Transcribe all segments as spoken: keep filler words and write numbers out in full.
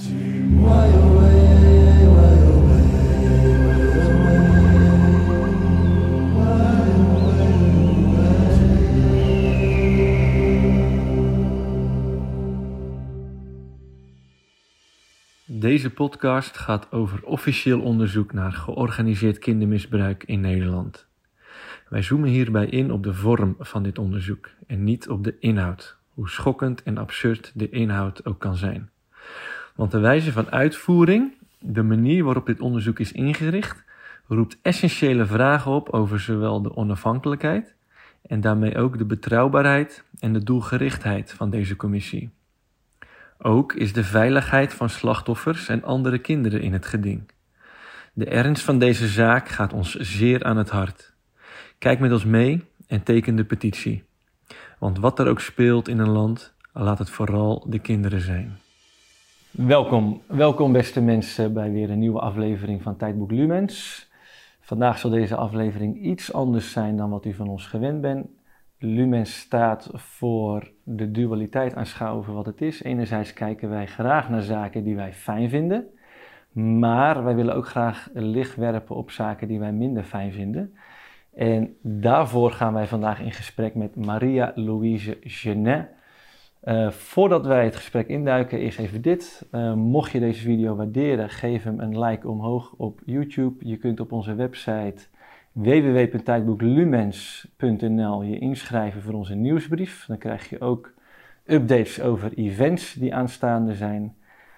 Deze podcast gaat over officieel onderzoek naar georganiseerd kindermisbruik in Nederland. Wij zoomen hierbij in op de vorm van dit onderzoek en niet op de inhoud, hoe schokkend en absurd de inhoud ook kan zijn. Want de wijze van uitvoering, de manier waarop dit onderzoek is ingericht, roept essentiële vragen op over zowel de onafhankelijkheid en daarmee ook de betrouwbaarheid en de doelgerichtheid van deze commissie. Ook is de veiligheid van slachtoffers en andere kinderen in het geding. De ernst van deze zaak gaat ons zeer aan het hart. Kijk met ons mee en teken de petitie. Want wat er ook speelt in een land, laat het vooral de kinderen zijn. Welkom, welkom beste mensen bij weer een nieuwe aflevering van Tijdboek Lumens. Vandaag zal deze aflevering iets anders zijn dan wat u van ons gewend bent. Lumens staat voor de dualiteit aanschouwen voor wat het is. Enerzijds kijken wij graag naar zaken die wij fijn vinden, maar wij willen ook graag licht werpen op zaken die wij minder fijn vinden. En daarvoor gaan wij vandaag in gesprek met Maria-Louise Genet. Uh, voordat wij het gesprek induiken, eerst even dit. Uh, mocht je deze video waarderen, geef hem een like omhoog op YouTube. Je kunt op onze website w w w punt tijdboeklumens punt n l je inschrijven voor onze nieuwsbrief. Dan krijg je ook updates over events die aanstaande zijn.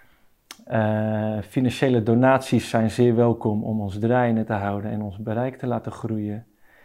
Uh, financiële donaties zijn zeer welkom om ons draaiende te houden en ons bereik te laten groeien.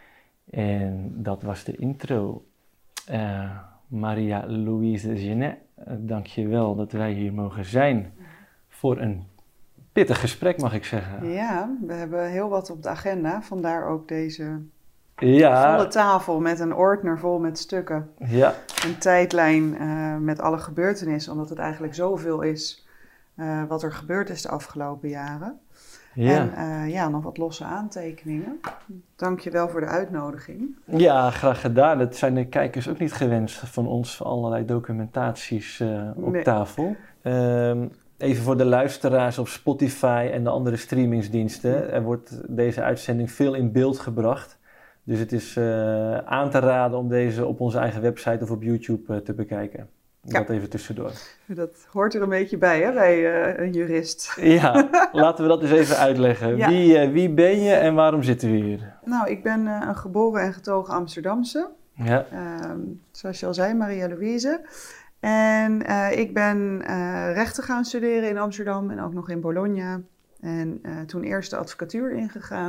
En dat was de intro. Uh, Maria-Louise Genet, uh, dank je wel dat wij hier mogen zijn voor een pittig gesprek, mag ik zeggen. Ja, we hebben heel wat op de agenda, vandaar ook deze ja. volle tafel met een ordner vol met stukken. Ja. Een tijdlijn uh, met alle gebeurtenissen, omdat het eigenlijk zoveel is uh, wat er gebeurd is de afgelopen jaren. Ja. En uh, ja, nog wat losse aantekeningen. Dank je wel voor de uitnodiging. Ja, graag gedaan. Dat zijn de kijkers ook niet gewend van ons, allerlei documentaties uh, op nee. tafel. Um, Even voor de luisteraars op Spotify en de andere streamingsdiensten. Er wordt deze uitzending veel in beeld gebracht. Dus het is uh, aan te raden om deze op onze eigen website of op YouTube uh, te bekijken. Ja. Dat even tussendoor. Dat hoort er een beetje bij, hè, bij uh, een jurist. Ja, laten we dat eens even uitleggen. Ja. Wie, uh, wie ben je en waarom zitten we hier? Nou, ik ben uh, een geboren en getogen Amsterdamse. Ja. Uh, zoals je al zei, Maria-Louise. En uh, ik ben uh, rechten gaan studeren in Amsterdam en ook nog in Bologna. En uh, toen eerst de advocatuur ingegaan.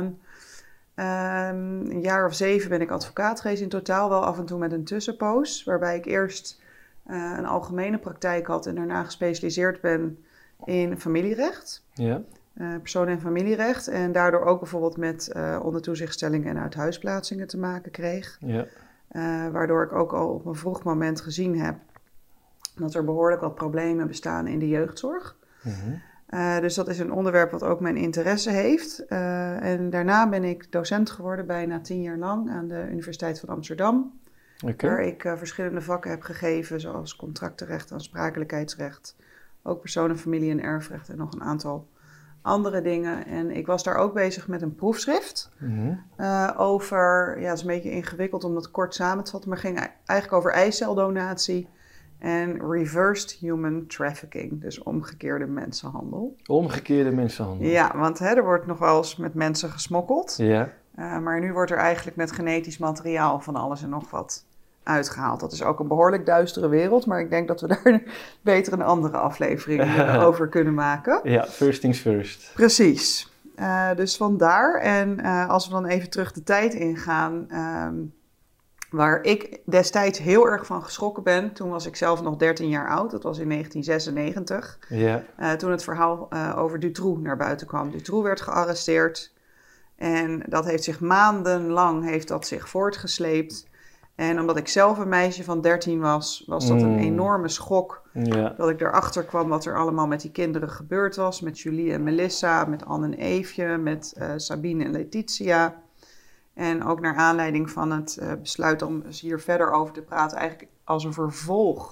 Um, een jaar of zeven ben ik advocaat geweest, in totaal wel af en toe met een tussenpoos. Waarbij ik eerst uh, een algemene praktijk had en daarna gespecialiseerd ben in familierecht. Ja. Uh, persoon- en familierecht. En daardoor ook bijvoorbeeld met uh, ondertoezichtstellingen en uithuisplaatsingen te maken kreeg. Ja. Uh, waardoor ik ook al op een vroeg moment gezien heb dat er behoorlijk wat problemen bestaan in de jeugdzorg. Mm-hmm. Uh, dus dat is een onderwerp wat ook mijn interesse heeft. Uh, en daarna ben ik docent geworden, bijna tien jaar lang, aan de Universiteit van Amsterdam. Okay. Waar ik uh, verschillende vakken heb gegeven, zoals contractenrecht, aansprakelijkheidsrecht, ook persoon-, familie- en erfrecht en nog een aantal andere dingen. En ik was daar ook bezig met een proefschrift mm-hmm. uh, over, ja, het is een beetje ingewikkeld om dat kort samen te vatten, maar het ging eigenlijk over eiceldonatie en reversed human trafficking, dus omgekeerde mensenhandel. Omgekeerde mensenhandel. Ja, want hè, er wordt nog wel eens met mensen gesmokkeld. Ja. Uh, maar nu wordt er eigenlijk met genetisch materiaal van alles en nog wat uitgehaald. Dat is ook een behoorlijk duistere wereld, maar ik denk dat we daar beter een andere aflevering uh, over kunnen maken. Ja, first things first. Precies. Uh, dus vandaar. En uh, als we dan even terug de tijd ingaan, Um, waar ik destijds heel erg van geschrokken ben. Toen was ik zelf nog dertien jaar oud. Dat was in negentien zesennegentig. Ja. Uh, toen het verhaal uh, over Dutroux naar buiten kwam. Dutroux werd gearresteerd. En dat heeft zich maandenlang heeft dat zich voortgesleept. En omdat ik zelf een meisje van dertien was, was dat een enorme schok. Ja. Dat ik erachter kwam wat er allemaal met die kinderen gebeurd was. Met Julie en Melissa, met Anne en Eefje, met uh, Sabine en Letitia. En ook naar aanleiding van het uh, besluit om hier verder over te praten, eigenlijk als een vervolg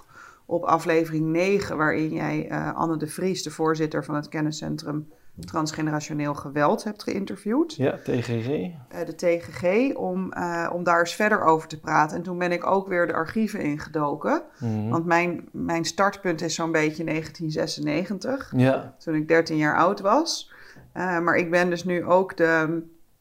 op aflevering negen, waarin jij uh, Anne de Vries, de voorzitter van het kenniscentrum Transgenerationeel Geweld, hebt geïnterviewd. Ja, T G G. Uh, de T G G, om, uh, om daar eens verder over te praten. En toen ben ik ook weer de archieven ingedoken. Mm-hmm. Want mijn, mijn startpunt is zo'n beetje negentien zesennegentig, ja. Toen ik dertien jaar oud was. Uh, maar ik ben dus nu ook de,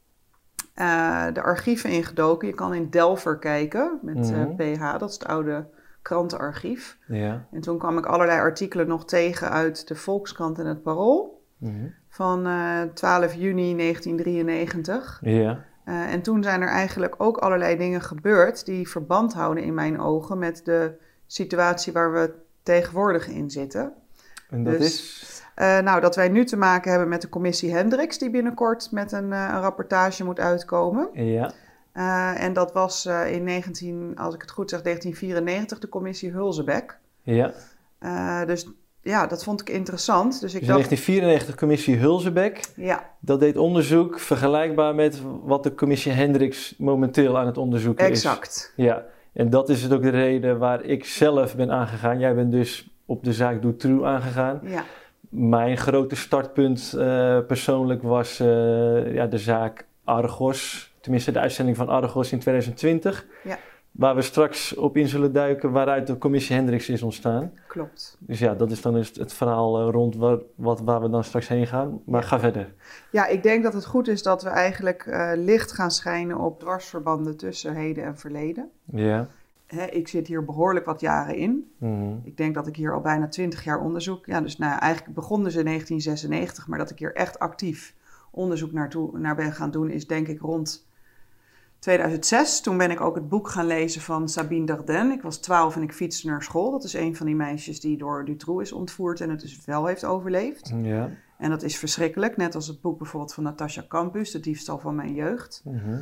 uh, de archieven ingedoken. Je kan in Delver kijken met mm-hmm. uh, P H, dat is het oude krantenarchief. Ja. En toen kwam ik allerlei artikelen nog tegen uit de Volkskrant en het Parool. Mm-hmm. Van uh, twaalf juni negentien drieënnegentig. Ja. Uh, en toen zijn er eigenlijk ook allerlei dingen gebeurd die verband houden in mijn ogen met de situatie waar we tegenwoordig in zitten. En dat dus, is? Uh, nou, dat wij nu te maken hebben met de commissie Hendricks, die binnenkort met een, uh, een rapportage moet uitkomen. Ja. Uh, en dat was uh, in negentien, als ik het goed zeg, negentien vierennegentig de commissie Hulsebek. Ja. Uh, dus ja, dat vond ik interessant. Dus ik dus dacht, negentien vierennegentig commissie Hulsebek. Ja. Dat deed onderzoek vergelijkbaar met wat de commissie Hendricks momenteel aan het onderzoeken exact. is. Exact. Ja, en dat is het ook de reden waar ik zelf ben aangegaan. Jij bent dus op de zaak Dutroux aangegaan. Ja. Mijn grote startpunt uh, persoonlijk was uh, ja, de zaak Argos. Tenminste de uitzending van Argos in twintig twintig. Ja. Waar we straks op in zullen duiken, waaruit de commissie Hendricks is ontstaan. Klopt. Dus ja, dat is dan het, het verhaal uh, rond waar, wat, waar we dan straks heen gaan. Maar ja. ga verder. Ja, ik denk dat het goed is dat we eigenlijk uh, licht gaan schijnen op dwarsverbanden tussen heden en verleden. Ja. Hè, ik zit hier behoorlijk wat jaren in. Mm-hmm. Ik denk dat ik hier al bijna twintig jaar onderzoek. Ja, dus nou, eigenlijk begon dus in negentien zesennegentig, maar dat ik hier echt actief onderzoek naartoe, naar ben gaan doen, is denk ik rond tweeduizend zes. Toen ben ik ook het boek gaan lezen van Sabine Dardenne. Ik was twaalf en ik fietste naar school. Dat is een van die meisjes die door Dutroux is ontvoerd en het dus wel heeft overleefd. Ja. En dat is verschrikkelijk. Net als het boek bijvoorbeeld van Natasja Campus, De diefstal van mijn jeugd. Mm-hmm.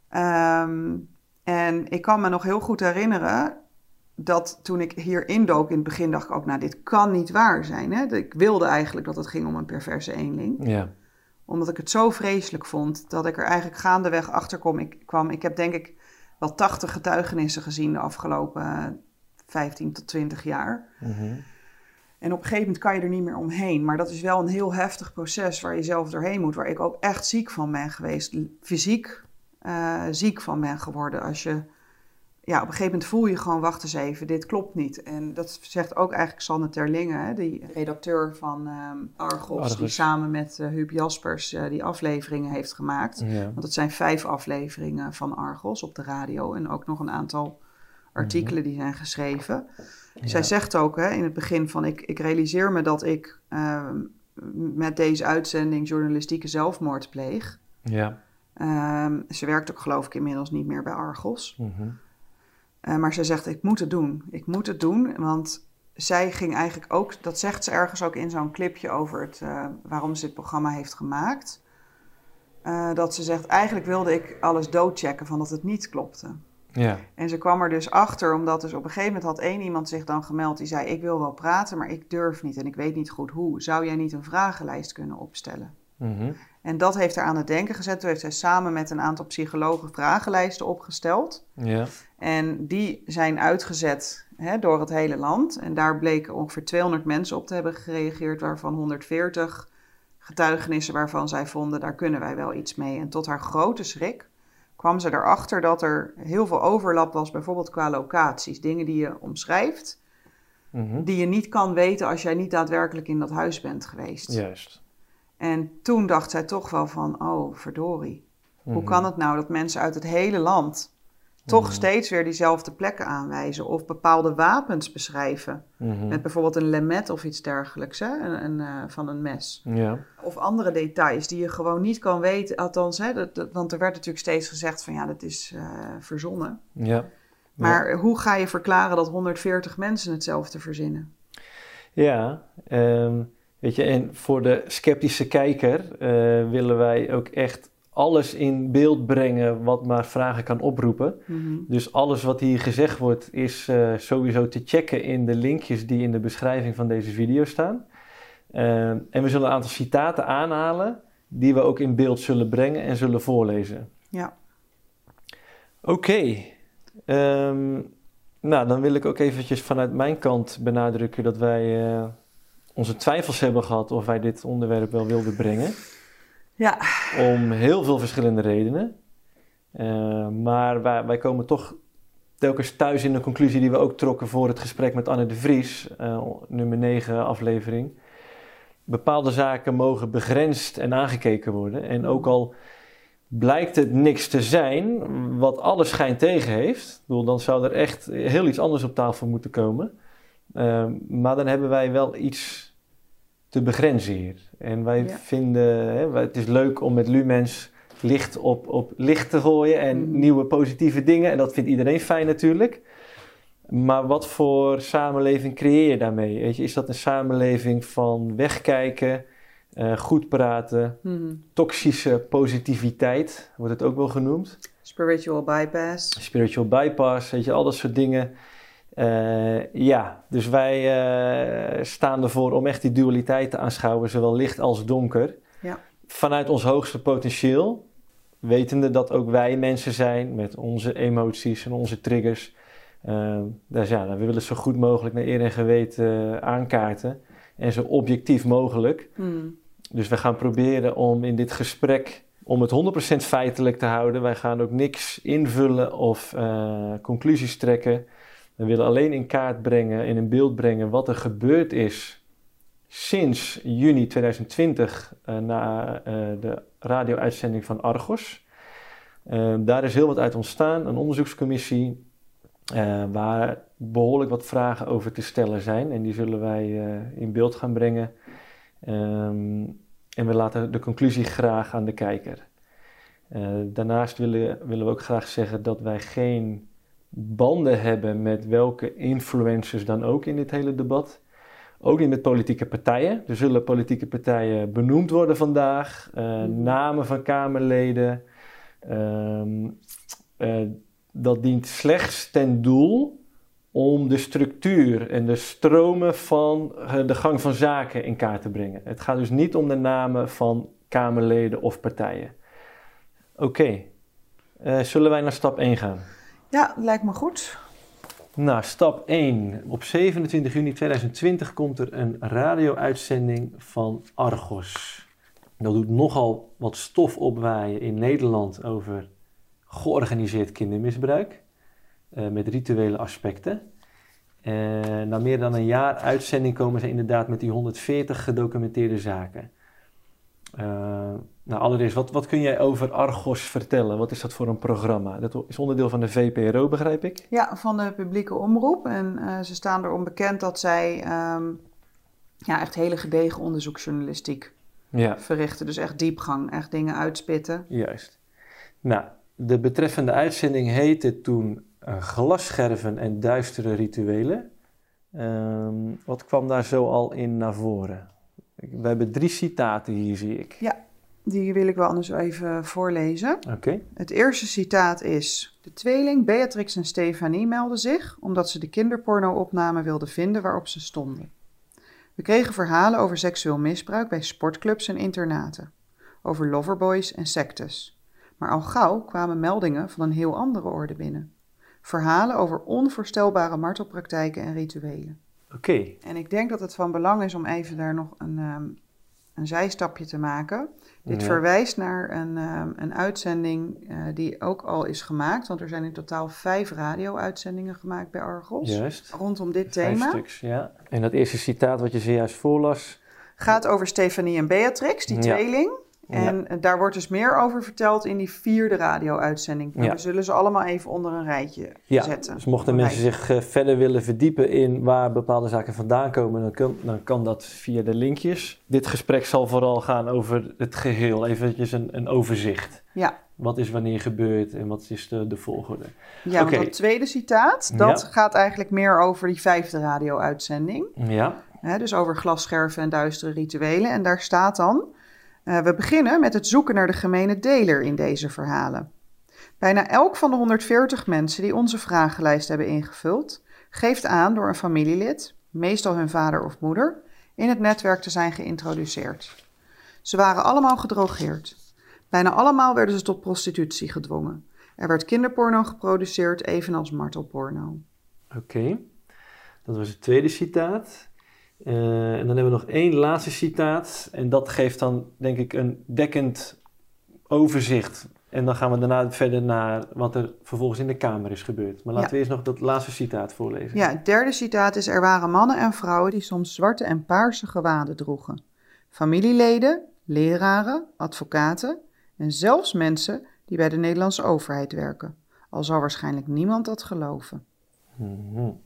Um, en ik kan me nog heel goed herinneren dat toen ik hier indook in het begin dacht ik ook, nou dit kan niet waar zijn. Hè? Ik wilde eigenlijk dat het ging om een perverse eenling. Ja. Omdat ik het zo vreselijk vond dat ik er eigenlijk gaandeweg achter kwam. Ik, kwam, ik heb denk ik wel tachtig getuigenissen gezien de afgelopen vijftien tot twintig jaar. Mm-hmm. En op een gegeven moment kan je er niet meer omheen. Maar dat is wel een heel heftig proces waar je zelf doorheen moet. Waar ik ook echt ziek van ben geweest. Fysiek uh, ziek van ben geworden. Als je, ja, op een gegeven moment voel je gewoon, wacht eens even, dit klopt niet. En dat zegt ook eigenlijk Sanne Terlinge, hè, die redacteur van um, Argos, Argos, die samen met uh, Huub Jaspers uh, die afleveringen heeft gemaakt. Ja. Want het zijn vijf afleveringen van Argos op de radio en ook nog een aantal artikelen mm-hmm. die zijn geschreven. Ja. Zij zegt ook hè, in het begin van, ik, ik realiseer me dat ik uh, met deze uitzending journalistieke zelfmoord pleeg. Ja. Um, ze werkt ook geloof ik inmiddels niet meer bij Argos. Mm-hmm. Uh, maar zij zegt, ik moet het doen. Ik moet het doen, want zij ging eigenlijk ook, dat zegt ze ergens ook in zo'n clipje over het, uh, waarom ze dit programma heeft gemaakt. Uh, dat ze zegt, eigenlijk wilde ik alles doodchecken van dat het niet klopte. Ja. En ze kwam er dus achter, omdat dus op een gegeven moment had één iemand zich dan gemeld die zei, ik wil wel praten, maar ik durf niet en ik weet niet goed hoe. Zou jij niet een vragenlijst kunnen opstellen? Mm-hmm. En dat heeft haar aan het denken gezet. Toen heeft zij samen met een aantal psychologen vragenlijsten opgesteld. Ja. En die zijn uitgezet hè, door het hele land. En daar bleken ongeveer tweehonderd mensen op te hebben gereageerd, waarvan honderdveertig getuigenissen waarvan zij vonden, daar kunnen wij wel iets mee. En tot haar grote schrik kwam ze erachter dat er heel veel overlap was, bijvoorbeeld qua locaties. Dingen die je omschrijft, mm-hmm. die je niet kan weten als jij niet daadwerkelijk in dat huis bent geweest. Juist. En toen dacht zij toch wel van, oh verdorie. Mm-hmm. Hoe kan het nou dat mensen uit het hele land toch mm-hmm. steeds weer diezelfde plekken aanwijzen of bepaalde wapens beschrijven. Mm-hmm. Met bijvoorbeeld een lemet of iets dergelijks, hè? Een, een, uh, van een mes. Ja. Of andere details die je gewoon niet kan weten. Althans, hè, dat, dat, want er werd natuurlijk steeds gezegd van ja, dat is uh, verzonnen. Ja. Maar ja. hoe ga je verklaren dat honderdveertig mensen hetzelfde verzinnen? Ja, um, weet je, en voor de sceptische kijker uh, willen wij ook echt alles in beeld brengen wat maar vragen kan oproepen. Mm-hmm. Dus alles wat hier gezegd wordt is uh, sowieso te checken in de linkjes die in de beschrijving van deze video staan. Uh, en we zullen een aantal citaten aanhalen die we ook in beeld zullen brengen en zullen voorlezen. Ja. Oké. Okay. Um, Nou, dan wil ik ook eventjes vanuit mijn kant benadrukken dat wij uh, onze twijfels hebben gehad of wij dit onderwerp wel wilden brengen. Ja. Om heel veel verschillende redenen. Uh, maar wij, wij komen toch telkens thuis in de conclusie die we ook trokken voor het gesprek met Anne de Vries, uh, nummer negen aflevering. Bepaalde zaken mogen begrensd en aangekeken worden. En ook al blijkt het niks te zijn, wat alle schijn tegen heeft, ik bedoel, dan zou er echt heel iets anders op tafel moeten komen. Uh, maar dan hebben wij wel iets te begrenzen hier. En wij ja. vinden, hè, het is leuk om met Lumens licht op, op licht te gooien en mm. nieuwe positieve dingen. En dat vindt iedereen fijn natuurlijk. Maar wat voor samenleving creëer je daarmee? Weet je, is dat een samenleving van wegkijken, uh, goed praten, mm. toxische positiviteit, wordt het ook wel genoemd. Spiritual bypass. Spiritual bypass, weet je, al dat soort dingen. Uh, ja, dus wij uh, staan ervoor om echt die dualiteit te aanschouwen, zowel licht als donker. Ja. Vanuit ons hoogste potentieel, wetende dat ook wij mensen zijn met onze emoties en onze triggers. Uh, dus ja, we willen zo goed mogelijk naar eer en geweten uh, aankaarten en zo objectief mogelijk. Mm. Dus we gaan proberen om in dit gesprek, om het honderd procent feitelijk te houden. Wij gaan ook niks invullen of uh, conclusies trekken. We willen alleen in kaart brengen en in beeld brengen wat er gebeurd is sinds juni tweeduizend twintig uh, na uh, de radio-uitzending van Argos. Uh, daar is heel wat uit ontstaan, een onderzoekscommissie uh, waar behoorlijk wat vragen over te stellen zijn. En die zullen wij uh, in beeld gaan brengen. Um, en we laten de conclusie graag aan de kijker. Uh, daarnaast willen, willen we ook graag zeggen dat wij geen banden hebben met welke influencers dan ook in dit hele debat. Ook niet met politieke partijen. Er zullen politieke partijen benoemd worden vandaag. Uh, mm. Namen van Kamerleden. Um, uh, dat dient slechts ten doel om de structuur en de stromen van uh, de gang van zaken in kaart te brengen. Het gaat dus niet om de namen van Kamerleden of partijen. Oké, okay. uh, zullen wij naar stap één gaan? Ja, lijkt me goed. Nou, stap één. Op zevenentwintig juni tweeduizend twintig komt er een radio-uitzending van Argos. Dat doet nogal wat stof opwaaien in Nederland over georganiseerd kindermisbruik. Uh, met rituele aspecten. Uh, na meer dan een jaar uitzending komen ze inderdaad met die honderdveertig gedocumenteerde zaken. Uh, nou, allereerst, wat, wat kun jij over Argos vertellen? Wat is dat voor een programma? Dat is onderdeel van de V P R O, begrijp ik? Ja, van de publieke omroep. En uh, ze staan erom bekend dat zij um, ja, echt hele gedegen onderzoeksjournalistiek ja. verrichten. Dus echt diepgang, echt dingen uitspitten. Juist. Nou, de betreffende uitzending heette toen uh, Glasscherven en duistere rituelen. Um, wat kwam daar zo al in naar voren? We hebben drie citaten hier, zie ik. Ja, die wil ik wel anders even voorlezen. Oké. Okay. Het eerste citaat is: de tweeling Beatrix en Stefanie melden zich omdat ze de kinderporno-opname wilden vinden waarop ze stonden. We kregen verhalen over seksueel misbruik bij sportclubs en internaten, over loverboys en sectes. Maar al gauw kwamen meldingen van een heel andere orde binnen. Verhalen over onvoorstelbare martelpraktijken en rituelen. Oké. Okay. En ik denk dat het van belang is om even daar nog een, um, een zijstapje te maken. Dit ja. verwijst naar een, um, een uitzending uh, die ook al is gemaakt. Want er zijn in totaal vijf radio-uitzendingen gemaakt bij Argos. Juist. Rondom dit vijf thema. Stuks, ja. En dat eerste citaat wat je zojuist voorlas gaat over Stefanie en Beatrix, die ja. tweeling. En ja. daar wordt dus meer over verteld in die vierde radio-uitzending. Maar ja. we zullen ze allemaal even onder een rijtje ja. zetten. Dus mochten mensen rijtje. zich uh, verder willen verdiepen in waar bepaalde zaken vandaan komen, dan kan, dan kan dat via de linkjes. Dit gesprek zal vooral gaan over het geheel. Eventjes een, een overzicht. Ja. Wat is wanneer gebeurd en wat is de, de volgorde? Ja, okay. want dat tweede citaat, dat ja. gaat eigenlijk meer over die vijfde radio-uitzending. Ja. He, dus over glasscherven en duistere rituelen. En daar staat dan: Uh, we beginnen met het zoeken naar de gemene deler in deze verhalen. Bijna elk van de honderdveertig mensen die onze vragenlijst hebben ingevuld, geeft aan door een familielid, meestal hun vader of moeder, in het netwerk te zijn geïntroduceerd. Ze waren allemaal gedrogeerd. Bijna allemaal werden ze tot prostitutie gedwongen. Er werd kinderporno geproduceerd, evenals martelporno. Oké, okay. Dat was het tweede citaat. Uh, en dan hebben we nog één laatste citaat. En dat geeft dan, denk ik, een dekkend overzicht. En dan gaan we daarna verder naar wat er vervolgens in de Kamer is gebeurd. Maar laten ja. we eerst nog dat laatste citaat voorlezen. Ja, het derde citaat is: er waren mannen en vrouwen die soms zwarte en paarse gewaden droegen. Familieleden, leraren, advocaten en zelfs mensen die bij de Nederlandse overheid werken. Al zal waarschijnlijk niemand dat geloven. Mm-hmm.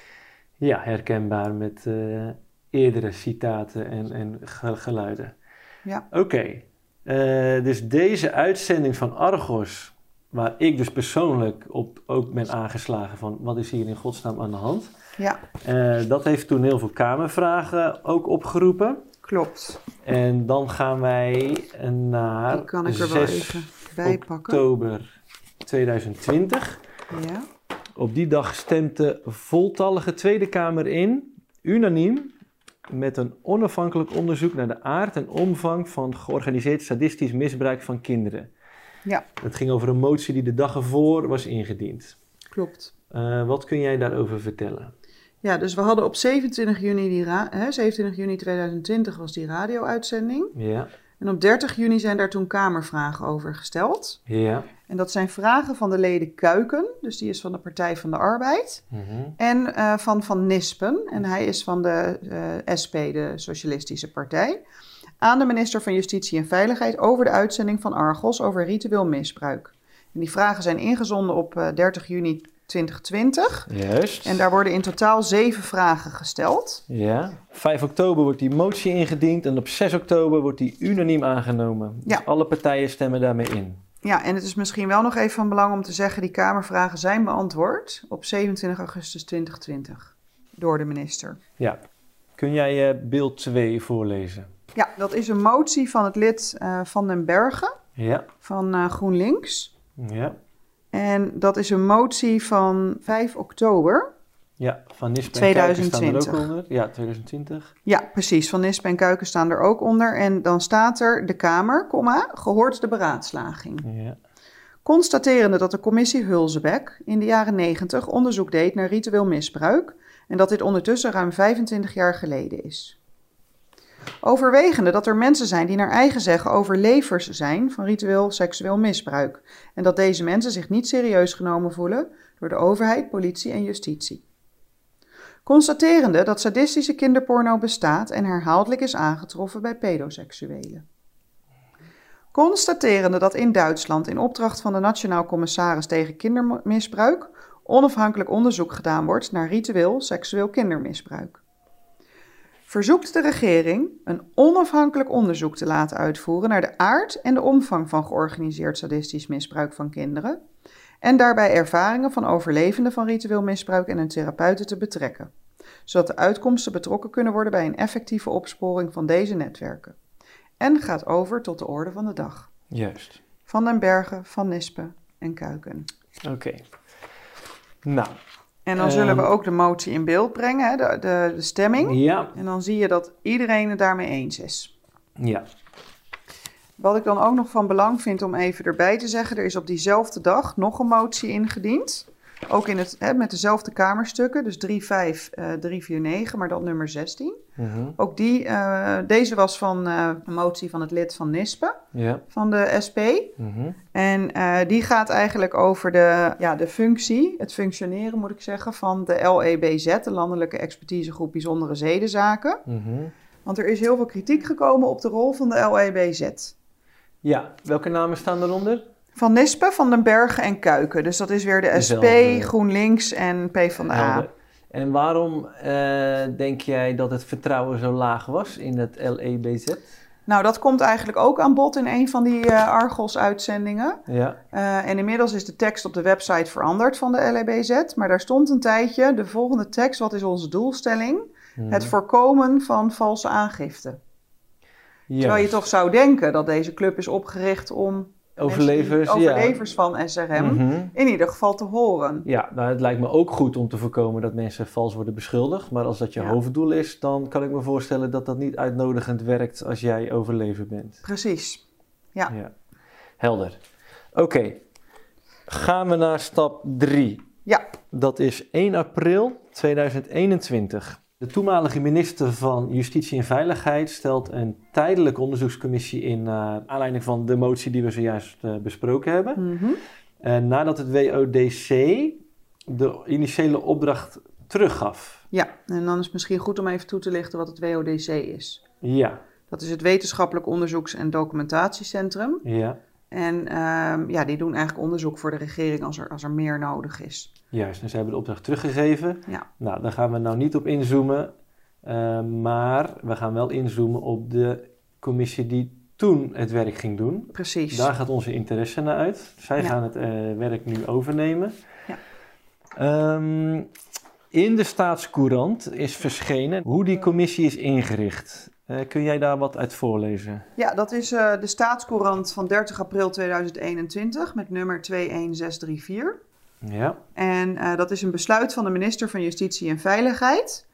Ja, herkenbaar met uh, eerdere citaten en, en geluiden. Ja. Oké, okay. uh, dus deze uitzending van Argos, waar ik dus persoonlijk op ook ben aangeslagen van wat is hier in godsnaam aan de hand. Ja. Uh, dat heeft toen heel veel Kamervragen ook opgeroepen. Klopt. En dan gaan wij naar Die kan ik er wel even bij pakken. oktober tweeduizend twintig. Ja. Op die dag stemt de voltallige Tweede Kamer in, unaniem, met een onafhankelijk onderzoek naar de aard en omvang van georganiseerd sadistisch misbruik van kinderen. Ja. Het ging over een motie die de dag ervoor was ingediend. Klopt. Uh, wat kun jij daarover vertellen? Ja, dus we hadden op zevenentwintig juni, die ra- hè, zevenentwintig juni tweeduizend twintig was die radio-uitzending. Ja. En op dertig juni zijn daar toen Kamervragen over gesteld. Ja. En dat zijn vragen van de leden Kuiken, dus die is van de Partij van de Arbeid. Mm-hmm. En uh, van Van Nispen, en hij is van de uh, S P, de Socialistische Partij. Aan de minister van Justitie en Veiligheid over de uitzending van Argos over ritueel misbruik. En die vragen zijn ingezonden op uh, dertig juni tweeduizend twintig. Juist. En daar worden in totaal zeven vragen gesteld. Ja. vijf oktober wordt die motie ingediend en op zes oktober wordt die unaniem aangenomen. Dus ja. alle partijen stemmen daarmee in. Ja, en het is misschien wel nog even van belang om te zeggen, die Kamervragen zijn beantwoord op zevenentwintig augustus tweeduizend twintig door de minister. Ja. Kun jij uh, beeld twee voorlezen? Ja, dat is een motie van het lid uh, Van den Bergen ja. van uh, GroenLinks. Ja. En dat is een motie van vijf oktober. Ja, Van Nispen tweeduizend en Kuiken staan er ook onder. Ja, tweeduizend twintig. Ja, precies. Van Nispen en Kuiken staan er ook onder. En dan staat er: de Kamer, comma, gehoord de beraadslaging. Ja. Constaterende dat de commissie Hulsebek in de jaren negentig onderzoek deed naar ritueel misbruik en dat dit ondertussen ruim vijfentwintig jaar geleden is. Overwegende dat er mensen zijn die naar eigen zeggen overlevers zijn van ritueel seksueel misbruik en dat deze mensen zich niet serieus genomen voelen door de overheid, politie en justitie. Constaterende dat sadistische kinderporno bestaat en herhaaldelijk is aangetroffen bij pedoseksuelen. Constaterende dat in Duitsland in opdracht van de Nationaal Commissaris tegen Kindermisbruik onafhankelijk onderzoek gedaan wordt naar ritueel seksueel kindermisbruik. Verzoekt de regering een onafhankelijk onderzoek te laten uitvoeren naar de aard en de omvang van georganiseerd sadistisch misbruik van kinderen en daarbij ervaringen van overlevenden van ritueel misbruik en hun therapeuten te betrekken, zodat de uitkomsten betrokken kunnen worden bij een effectieve opsporing van deze netwerken. En gaat over tot de orde van de dag. Juist. Van den Bergen, Van Nispen en Kuiken. Oké. Okay. Nou. En dan um, zullen we ook de motie in beeld brengen, hè, de, de, de stemming. Ja. En dan zie je dat iedereen het daarmee eens is. Ja. Wat ik dan ook nog van belang vind om even erbij te zeggen, er is op diezelfde dag nog een motie ingediend. Ook in het, hè, met dezelfde kamerstukken, dus drie vijf, uh, drie vier negen, maar dan nummer zestien. Mm-hmm. Ook die, uh, deze was van uh, een motie van het lid van Nispen, yeah. van de S P. Mm-hmm. En uh, die gaat eigenlijk over de, ja, de functie, het functioneren moet ik zeggen, van de L E B Z, de Landelijke Expertisegroep Bijzondere Zedenzaken. Mm-hmm. Want er is heel veel kritiek gekomen op de rol van de L E B Z. Ja, welke namen staan eronder? Van Nispen, Van den Bergen en Kuiken. Dus dat is weer de S P, Dezelfde. GroenLinks en PvdA. Helder. En waarom uh, denk jij dat het vertrouwen zo laag was in het L E B Z? Nou, dat komt eigenlijk ook aan bod in een van die uh, Argos-uitzendingen. Ja. Uh, en inmiddels is de tekst op de website veranderd van de L E B Z. Maar daar stond een tijdje de volgende tekst: wat is onze doelstelling? Hmm. Het voorkomen van valse aangifte. Ja. Terwijl je toch zou denken dat deze club is opgericht om overlevers, overlevers ja. van S R M mm-hmm. in ieder geval te horen. Ja, nou, het lijkt me ook goed om te voorkomen dat mensen vals worden beschuldigd. Maar als dat je ja. hoofddoel is, dan kan ik me voorstellen dat dat niet uitnodigend werkt als jij overlever bent. Precies, ja. ja. Helder. Oké, okay. Gaan we naar stap drie. Ja. Dat is één april tweeduizend eenentwintig. De toenmalige minister van Justitie en Veiligheid stelt een tijdelijke onderzoekscommissie in naar uh, aanleiding van de motie die we zojuist uh, besproken hebben. Mm-hmm. Uh, nadat het W O D C de initiële opdracht teruggaf. Ja, en dan is het misschien goed om even toe te lichten wat het W O D C is. Ja. Dat is het Wetenschappelijk Onderzoeks- en Documentatiecentrum. Ja. En uh, ja, die doen eigenlijk onderzoek voor de regering als er, als er meer nodig is. Juist, en ze hebben de opdracht teruggegeven. Ja. Nou, daar gaan we nou niet op inzoomen. Uh, maar we gaan wel inzoomen op de commissie die toen het werk ging doen. Precies. Daar gaat onze interesse naar uit. Zij ja. gaan het uh, werk nu overnemen. Ja. Um, in de Staatscourant is verschenen hoe die commissie is ingericht. Uh, kun jij daar wat uit voorlezen? Ja, dat is uh, de Staatscourant van dertig april tweeduizend eenentwintig met nummer twee een zes drie vier. Ja. En uh, dat is een besluit van de minister van Justitie en Veiligheid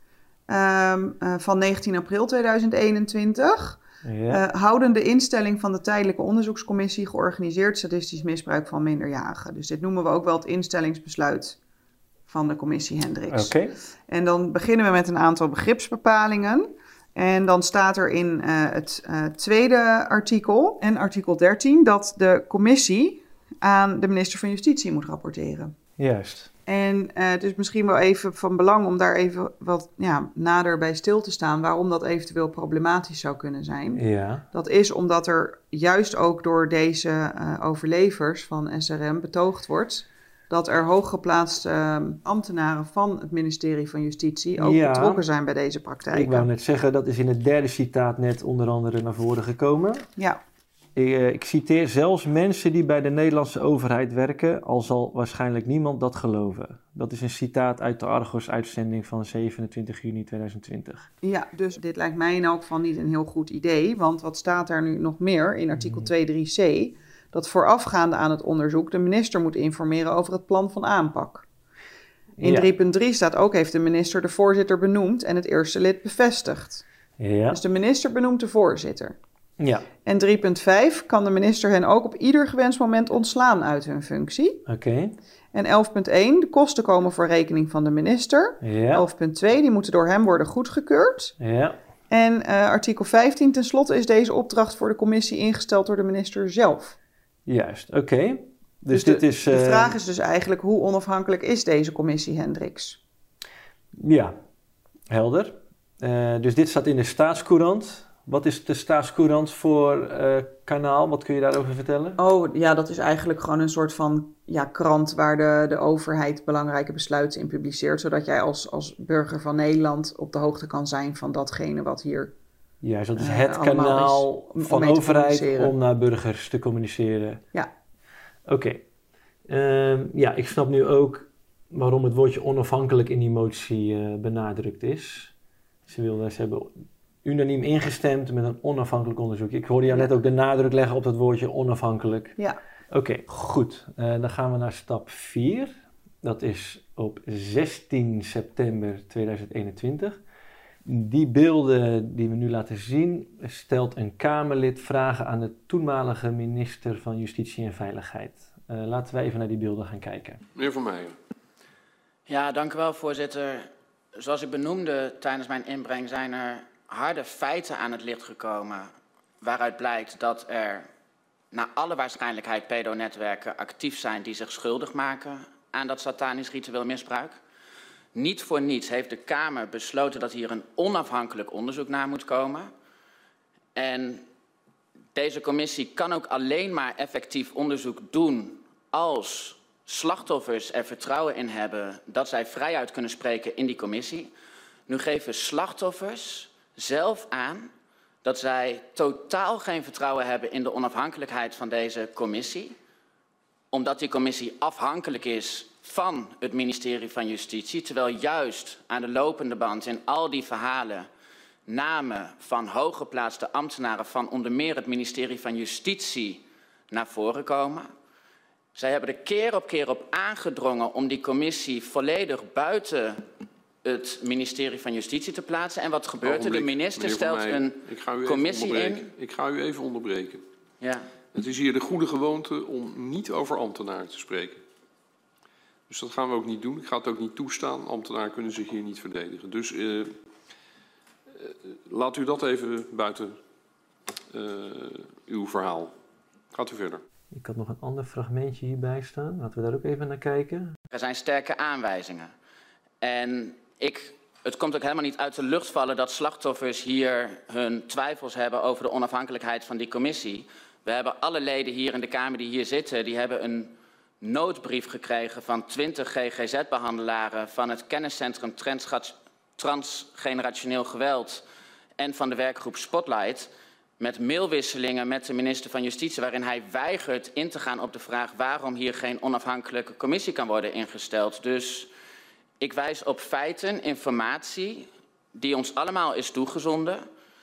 um, uh, van negentien april tweeduizend eenentwintig. Ja. Uh, houden de instelling van de tijdelijke onderzoekscommissie georganiseerd statistisch misbruik van minderjarigen. Dus dit noemen we ook wel het instellingsbesluit van de commissie Hendricks. Oké. Okay. En dan beginnen we met een aantal begripsbepalingen. En dan staat er in uh, het uh, tweede artikel en artikel dertien dat de commissie aan de minister van Justitie moet rapporteren. Juist. En uh, het is misschien wel even van belang om daar even wat ja, nader bij stil te staan waarom dat eventueel problematisch zou kunnen zijn. Ja. Dat is omdat er juist ook door deze uh, overlevers van S R M betoogd wordt dat er hooggeplaatste uh, ambtenaren van het ministerie van Justitie ook ja, betrokken zijn bij deze praktijken. Ik wou net zeggen, dat is in het derde citaat net onder andere naar voren gekomen. Ja. Ik, uh, ik citeer zelfs mensen die bij de Nederlandse overheid werken, al zal waarschijnlijk niemand dat geloven. Dat is een citaat uit de Argos-uitzending van zevenentwintig juni tweeduizend twintig. Ja, dus dit lijkt mij in elk geval niet een heel goed idee, want wat staat daar nu nog meer in artikel hmm. twee drie c... dat voorafgaande aan het onderzoek de minister moet informeren over het plan van aanpak. In ja. drie punt drie staat ook, heeft de minister de voorzitter benoemd en het eerste lid bevestigd. Ja. Dus de minister benoemt de voorzitter. Ja. En drie punt vijf kan de minister hen ook op ieder gewenst moment ontslaan uit hun functie. Oké. Okay. En elf punt één, de kosten komen voor rekening van de minister. Ja. elf punt twee, die moeten door hem worden goedgekeurd. Ja. En uh, artikel vijftien, tenslotte is deze opdracht voor de commissie ingesteld door de minister zelf. Juist, oké. Okay. Dus, dus dit de, is, uh... de vraag is dus eigenlijk, hoe onafhankelijk is deze commissie Hendricks? Ja, helder. Uh, dus dit staat in de Staatscourant. Wat is de Staatscourant voor uh, kanaal? Wat kun je daarover vertellen? Oh, ja, dat is eigenlijk gewoon een soort van ja, krant waar de, de overheid belangrijke besluiten in publiceert, zodat jij als, als burger van Nederland op de hoogte kan zijn van datgene wat hier Ja, dat is uh, het kanaal is, van overheid om naar burgers te communiceren. Ja. Oké. Okay. Uh, ja, ik snap nu ook waarom het woordje onafhankelijk in die motie uh, benadrukt is. Ze, wilden, ze hebben unaniem ingestemd met een onafhankelijk onderzoek. Ik hoorde jou ja. net ook de nadruk leggen op dat woordje onafhankelijk. Ja. Oké, okay, goed. Uh, dan gaan we naar stap vier. Dat is op zestien september tweeduizend eenentwintig. Die beelden die we nu laten zien, stelt een Kamerlid vragen aan de toenmalige minister van Justitie en Veiligheid. Uh, laten we even naar die beelden gaan kijken. Meneer Van Meijen. Ja, dank u wel, voorzitter. Zoals ik benoemde tijdens mijn inbreng zijn er harde feiten aan het licht gekomen, waaruit blijkt dat er naar alle waarschijnlijkheid pedonetwerken actief zijn die zich schuldig maken aan dat satanisch ritueel misbruik. Niet voor niets heeft de Kamer besloten dat hier een onafhankelijk onderzoek naar moet komen. En deze commissie kan ook alleen maar effectief onderzoek doen als slachtoffers er vertrouwen in hebben dat zij vrijuit kunnen spreken in die commissie. Nu geven slachtoffers zelf aan dat zij totaal geen vertrouwen hebben in de onafhankelijkheid van deze commissie, omdat die commissie afhankelijk is van het ministerie van Justitie, terwijl juist aan de lopende band in al die verhalen namen van hooggeplaatste ambtenaren van onder meer het ministerie van Justitie naar voren komen. Zij hebben er keer op keer op aangedrongen om die commissie volledig buiten het ministerie van Justitie te plaatsen. En wat gebeurt er? De minister stelt een commissie in. Ik ga u even onderbreken. Ja. Het is hier de goede gewoonte om niet over ambtenaren te spreken. Dus dat gaan we ook niet doen. Ik ga het ook niet toestaan. Ambtenaren kunnen zich hier niet verdedigen. Dus uh, uh, laat u dat even buiten uh, uw verhaal. Gaat u verder. Ik had nog een ander fragmentje hierbij staan. Laten we daar ook even naar kijken. Er zijn sterke aanwijzingen. En ik, het komt ook helemaal niet uit de lucht vallen dat slachtoffers hier hun twijfels hebben over de onafhankelijkheid van die commissie. We hebben alle leden hier in de Kamer die hier zitten, die hebben een noodbrief gekregen van twintig G G Z-behandelaren van het kenniscentrum Transgenerationeel Geweld en van de werkgroep Spotlight, met mailwisselingen met de minister van Justitie, waarin hij weigert in te gaan op de vraag waarom hier geen onafhankelijke commissie kan worden ingesteld. Dus ik wijs op feiten, informatie, die ons allemaal is toegezonden.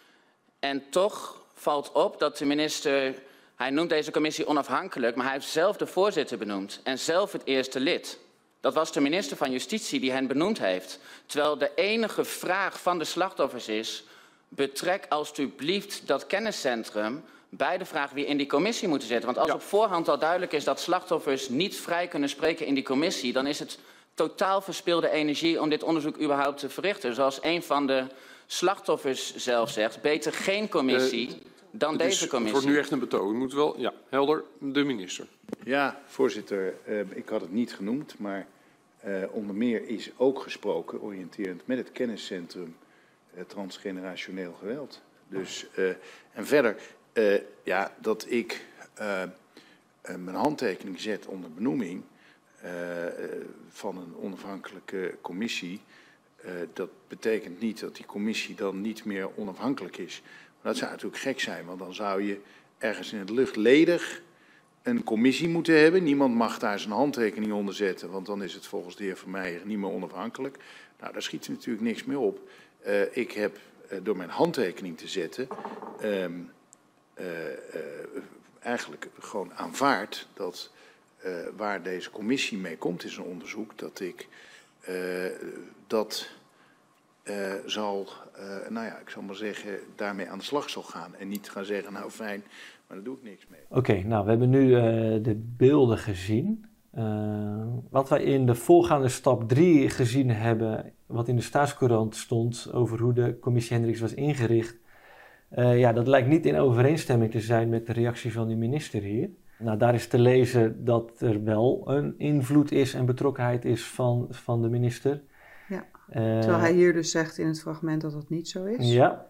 En toch valt op dat de minister, hij noemt deze commissie onafhankelijk, maar hij heeft zelf de voorzitter benoemd en zelf het eerste lid. Dat was de minister van Justitie die hen benoemd heeft. Terwijl de enige vraag van de slachtoffers is, betrek alstublieft dat kenniscentrum bij de vraag wie in die commissie moeten zitten. Want als ja. op voorhand al duidelijk is dat slachtoffers niet vrij kunnen spreken in die commissie, dan is het totaal verspilde energie om dit onderzoek überhaupt te verrichten. Zoals een van de slachtoffers zelf zegt, beter geen commissie uh, dan deze is, commissie. Het wordt nu echt een betoog. Moet wel, ja, helder, de minister. Ja, voorzitter, uh, ik had het niet genoemd, maar uh, onder meer is ook gesproken, oriënterend met het kenniscentrum uh, Transgenerationeel Geweld. Dus, uh, en verder, uh, ja, dat ik uh, uh, mijn handtekening zet onder benoeming Uh, van een onafhankelijke commissie, uh, dat betekent niet dat die commissie dan niet meer onafhankelijk is. Maar dat zou natuurlijk gek zijn, want dan zou je ergens in het luchtledig een commissie moeten hebben. Niemand mag daar zijn handtekening onder zetten, want dan is het volgens de heer Vermeijer niet meer onafhankelijk. Nou, daar schiet natuurlijk niks meer op. Uh, ik heb uh, door mijn handtekening te zetten um, uh, uh, eigenlijk gewoon aanvaard dat Uh, waar deze commissie mee komt in zijn onderzoek, dat ik uh, dat uh, zal, uh, nou ja, ik zal maar zeggen, daarmee aan de slag zal gaan. En niet gaan zeggen, nou fijn, maar daar doe ik niks mee. Oké, okay, nou we hebben nu uh, de beelden gezien. Uh, wat wij in de voorgaande stap drie gezien hebben, wat in de Staatscourant stond over hoe de commissie Hendricks was ingericht. Uh, ja, dat lijkt niet in overeenstemming te zijn met de reactie van de minister hier. Nou, daar is te lezen dat er wel een invloed is en betrokkenheid is van, van de minister. Ja, uh, terwijl hij hier dus zegt in het fragment dat dat niet zo is. Ja,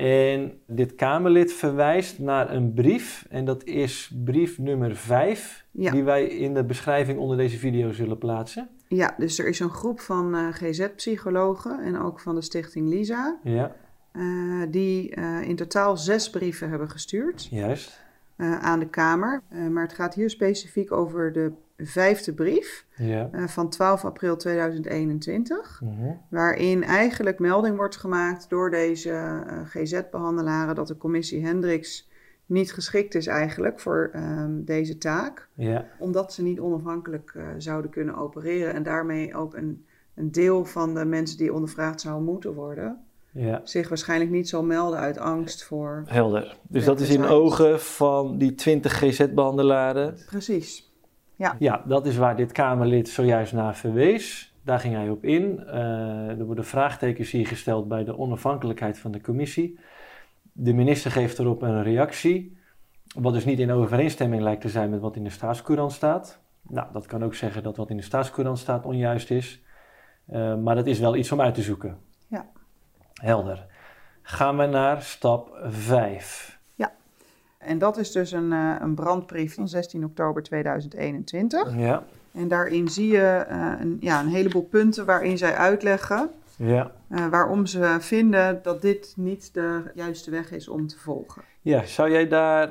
en dit Kamerlid verwijst naar een brief. En dat is brief nummer vijf, ja. die wij in de beschrijving onder deze video zullen plaatsen. Ja, dus er is een groep van uh, G Z-psychologen en ook van de stichting Lisa. Ja. Uh, die uh, in totaal zes brieven hebben gestuurd. Juist. Uh, aan de Kamer. Uh, maar het gaat hier specifiek over de vijfde brief ja. uh, van twaalf april tweeduizend eenentwintig. Mm-hmm. Waarin eigenlijk melding wordt gemaakt door deze uh, G Z-behandelaren dat de commissie Hendricks niet geschikt is eigenlijk voor um, deze taak. Ja. Omdat ze niet onafhankelijk uh, zouden kunnen opereren en daarmee ook een, een deel van de mensen die ondervraagd zouden moeten worden, ja. zich waarschijnlijk niet zal melden uit angst voor... Helder. Dus dat is in ogen van die twintig G Z-behandelaren. Precies. Ja. Ja, dat is waar dit Kamerlid zojuist naar verwees. Daar ging hij op in. Uh, er worden vraagtekens hier gesteld bij de onafhankelijkheid van de commissie. De minister geeft erop een reactie, wat dus niet in overeenstemming lijkt te zijn met wat in de Staatscourant staat. Nou, dat kan ook zeggen dat wat in de Staatscourant staat onjuist is. Uh, maar dat is wel iets om uit te zoeken. Ja. Helder. Gaan we naar stap vijf. Ja, en dat is dus een, uh, een brandbrief van zestien oktober tweeduizend eenentwintig. Ja. En daarin zie je uh, een, ja, een heleboel punten waarin zij uitleggen ja. uh, waarom ze vinden dat dit niet de juiste weg is om te volgen. Ja, zou jij daar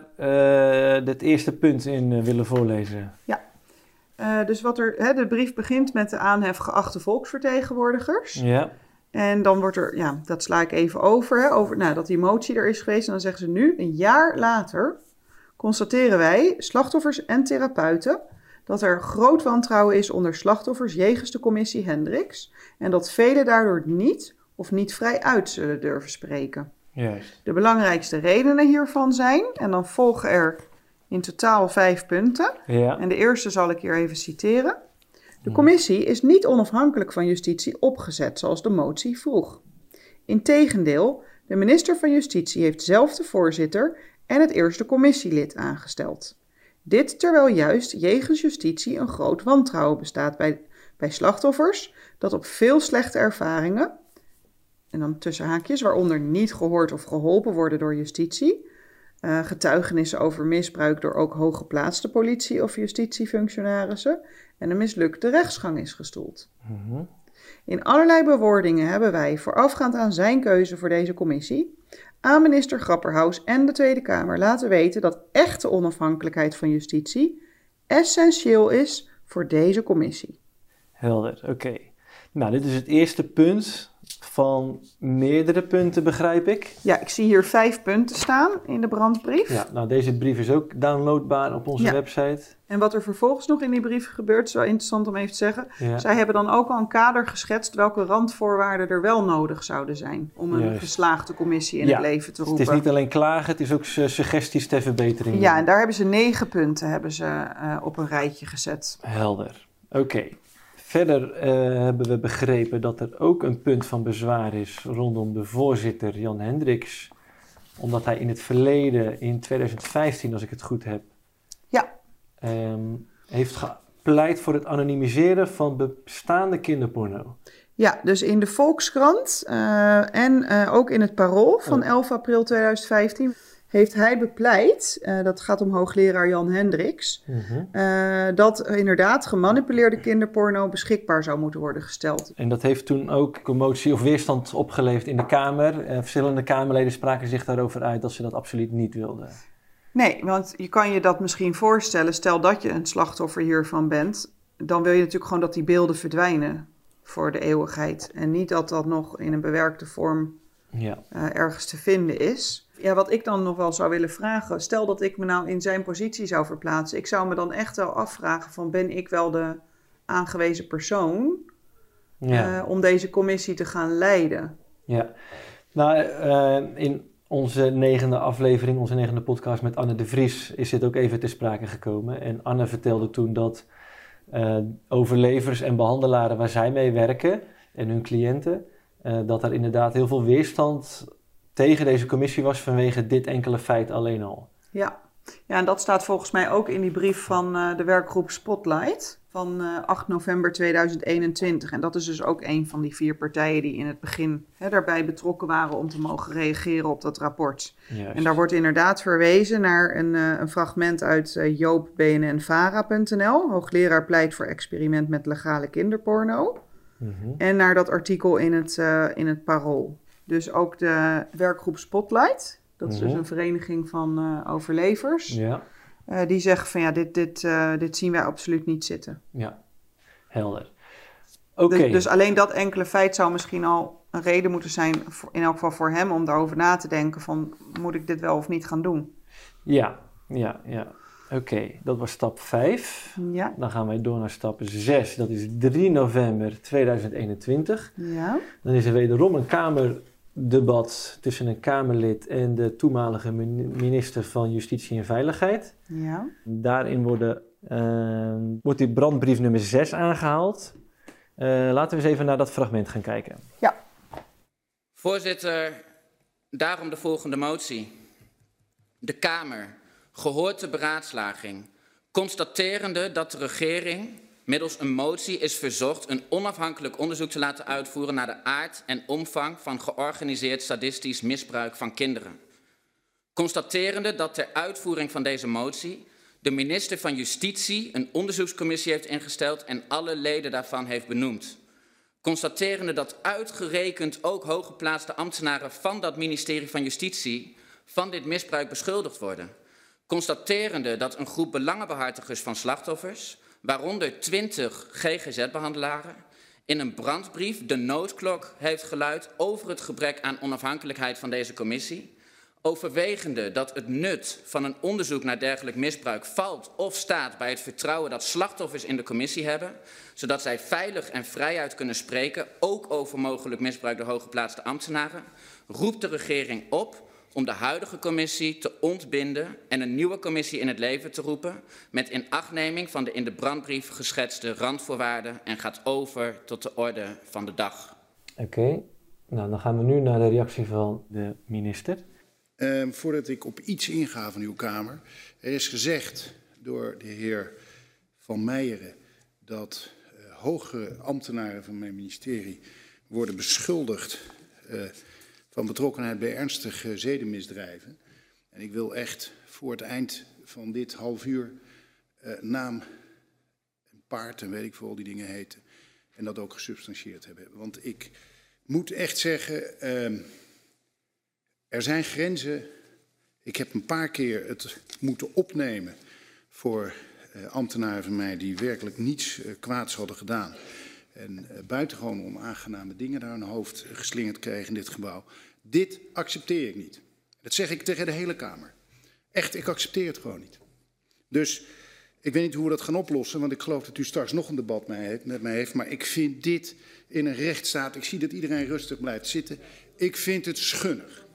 uh, het eerste punt in uh, willen voorlezen? Ja. Uh, dus wat er, hè, de brief begint met de aanhef geachte volksvertegenwoordigers. Ja. En dan wordt er, ja, dat sla ik even over, hè, over nou, dat die motie er is geweest. En dan zeggen ze nu, een jaar later, constateren wij, slachtoffers en therapeuten, dat er groot wantrouwen is onder slachtoffers jegens de commissie Hendricks. En dat velen daardoor niet of niet vrij uit zullen durven spreken. Juist. De belangrijkste redenen hiervan zijn, en dan volgen er in totaal vijf punten. Ja. En de eerste zal ik hier even citeren. De commissie is niet onafhankelijk van Justitie opgezet, zoals de motie vroeg. Integendeel, de minister van Justitie heeft zelf de voorzitter en het eerste commissielid aangesteld. Dit terwijl juist jegens Justitie een groot wantrouwen bestaat bij, bij slachtoffers dat op veel slechte ervaringen, en dan tussen haakjes, waaronder niet gehoord of geholpen worden door Justitie, uh, getuigenissen over misbruik door ook hooggeplaatste politie- of justitiefunctionarissen en een mislukte rechtsgang is gestoeld. Mm-hmm. In allerlei bewoordingen hebben wij, voorafgaand aan zijn keuze voor deze commissie, aan minister Grapperhaus en de Tweede Kamer laten weten dat echte onafhankelijkheid van Justitie essentieel is voor deze commissie. Helder, oké. Okay. Nou, dit is het eerste punt van meerdere punten, begrijp ik. Ja, ik zie hier vijf punten staan in de brandbrief. Ja, nou deze brief is ook downloadbaar op onze ja. website. En wat er vervolgens nog in die brief gebeurt, is wel interessant om even te zeggen. Ja. Zij hebben dan ook al een kader geschetst welke randvoorwaarden er wel nodig zouden zijn om een Juist. geslaagde commissie in ja. het leven te roepen. Het is niet alleen klagen, het is ook suggesties ter verbetering. Ja, en daar hebben ze negen punten hebben ze, uh, op een rijtje gezet. Helder, oké. Okay. Verder uh, hebben we begrepen dat er ook een punt van bezwaar is rondom de voorzitter Jan Hendricks. Omdat hij in het verleden, in twintig vijftien als ik het goed heb, ja. um, heeft gepleit voor het anonimiseren van bestaande kinderporno. Ja, dus in de Volkskrant uh, en uh, ook in het Parool van oh. elf april tweeduizend vijftien... heeft hij bepleit, uh, dat gaat om hoogleraar Jan Hendricks, uh-huh. uh, dat inderdaad gemanipuleerde kinderporno beschikbaar zou moeten worden gesteld. En dat heeft toen ook commotie of weerstand opgeleverd in de Kamer. Uh, verschillende Kamerleden spraken zich daarover uit dat ze dat absoluut niet wilden. Nee, want je kan je dat misschien voorstellen, stel dat je een slachtoffer hiervan bent, dan wil je natuurlijk gewoon dat die beelden verdwijnen voor de eeuwigheid. En niet dat dat nog in een bewerkte vorm ja. uh, ergens te vinden is. Ja, wat ik dan nog wel zou willen vragen, stel dat ik me nou in zijn positie zou verplaatsen. Ik zou me dan echt wel afvragen van, ben ik wel de aangewezen persoon ja. uh, om deze commissie te gaan leiden? Ja, nou uh, in onze negende aflevering, onze negende podcast met Anne de Vries is dit ook even ter sprake gekomen. En Anne vertelde toen dat uh, overlevers en behandelaren waar zij mee werken en hun cliënten, uh, dat er inderdaad heel veel weerstand tegen deze commissie was vanwege dit enkele feit alleen al. Ja, ja en dat staat volgens mij ook in die brief van uh, de werkgroep Spotlight van uh, acht november tweeduizend eenentwintig. En dat is dus ook een van die vier partijen die in het begin hè, daarbij betrokken waren om te mogen reageren op dat rapport. Juist. En daar wordt inderdaad verwezen naar een, uh, een fragment uit uh, joop b n n vara punt n l. Hoogleraar pleit voor experiment met legale kinderporno. Mm-hmm. En naar dat artikel in het, uh, in het Parool. Dus ook de werkgroep Spotlight, dat is mm-hmm. dus een vereniging van uh, overlevers. Ja. Uh, die zeggen van ja, dit, dit, uh, dit zien wij absoluut niet zitten. Ja, helder. Oké. Okay. Dus, dus alleen dat enkele feit zou misschien al een reden moeten zijn, voor, in elk geval voor hem, om daarover na te denken van, moet ik dit wel of niet gaan doen? Ja, ja, ja. Oké, okay, dat was stap vijf. Ja. Dan gaan wij door naar stap zes. Dat is drie november tweeduizend eenentwintig. Ja. Dan is er wederom een kamerdebat tussen een Kamerlid en de toenmalige minister van Justitie en Veiligheid. Ja. Daarin worden, uh, wordt die brandbrief nummer zes aangehaald. Uh, laten we eens even naar dat fragment gaan kijken. Ja. Voorzitter, daarom de volgende motie. De Kamer, gehoord de beraadslaging, constaterende dat de regering middels een motie is verzocht een onafhankelijk onderzoek te laten uitvoeren naar de aard en omvang van georganiseerd sadistisch misbruik van kinderen. Constaterende dat ter uitvoering van deze motie de minister van Justitie een onderzoekscommissie heeft ingesteld en alle leden daarvan heeft benoemd. Constaterende dat uitgerekend ook hooggeplaatste ambtenaren van dat ministerie van Justitie van dit misbruik beschuldigd worden. Constaterende dat een groep belangenbehartigers van slachtoffers, waaronder twintig G G Z-behandelaren, in een brandbrief de noodklok heeft geluid over het gebrek aan onafhankelijkheid van deze commissie. Overwegende dat het nut van een onderzoek naar dergelijk misbruik valt of staat bij het vertrouwen dat slachtoffers in de commissie hebben, zodat zij veilig en vrijuit kunnen spreken, ook over mogelijk misbruik door hooggeplaatste ambtenaren, roept de regering op om de huidige commissie te ontbinden en een nieuwe commissie in het leven te roepen met inachtneming van de in de brandbrief geschetste randvoorwaarden en gaat over tot de orde van de dag. Oké, okay. Nou dan gaan we nu naar de reactie van de minister. Uh, voordat ik op iets inga van uw Kamer, er is gezegd door de heer Van Meijeren dat uh, hogere ambtenaren van mijn ministerie worden beschuldigd uh, van betrokkenheid bij ernstige zedenmisdrijven. En ik wil echt voor het eind van dit half uur uh, naam en paard en weet ik veel die dingen heten. En dat ook gesubstantieerd hebben. Want ik moet echt zeggen, uh, er zijn grenzen. Ik heb een paar keer het moeten opnemen voor uh, ambtenaren van mij die werkelijk niets uh, kwaads hadden gedaan. En uh, buitengewoon onaangename dingen naar hun hoofd geslingerd kregen in dit gebouw. Dit accepteer ik niet. Dat zeg ik tegen de hele Kamer. Echt, ik accepteer het gewoon niet. Dus ik weet niet hoe we dat gaan oplossen, want ik geloof dat u straks nog een debat met mij heeft. Maar ik vind dit in een rechtsstaat, ik zie dat iedereen rustig blijft zitten. Ik vind het schunnig.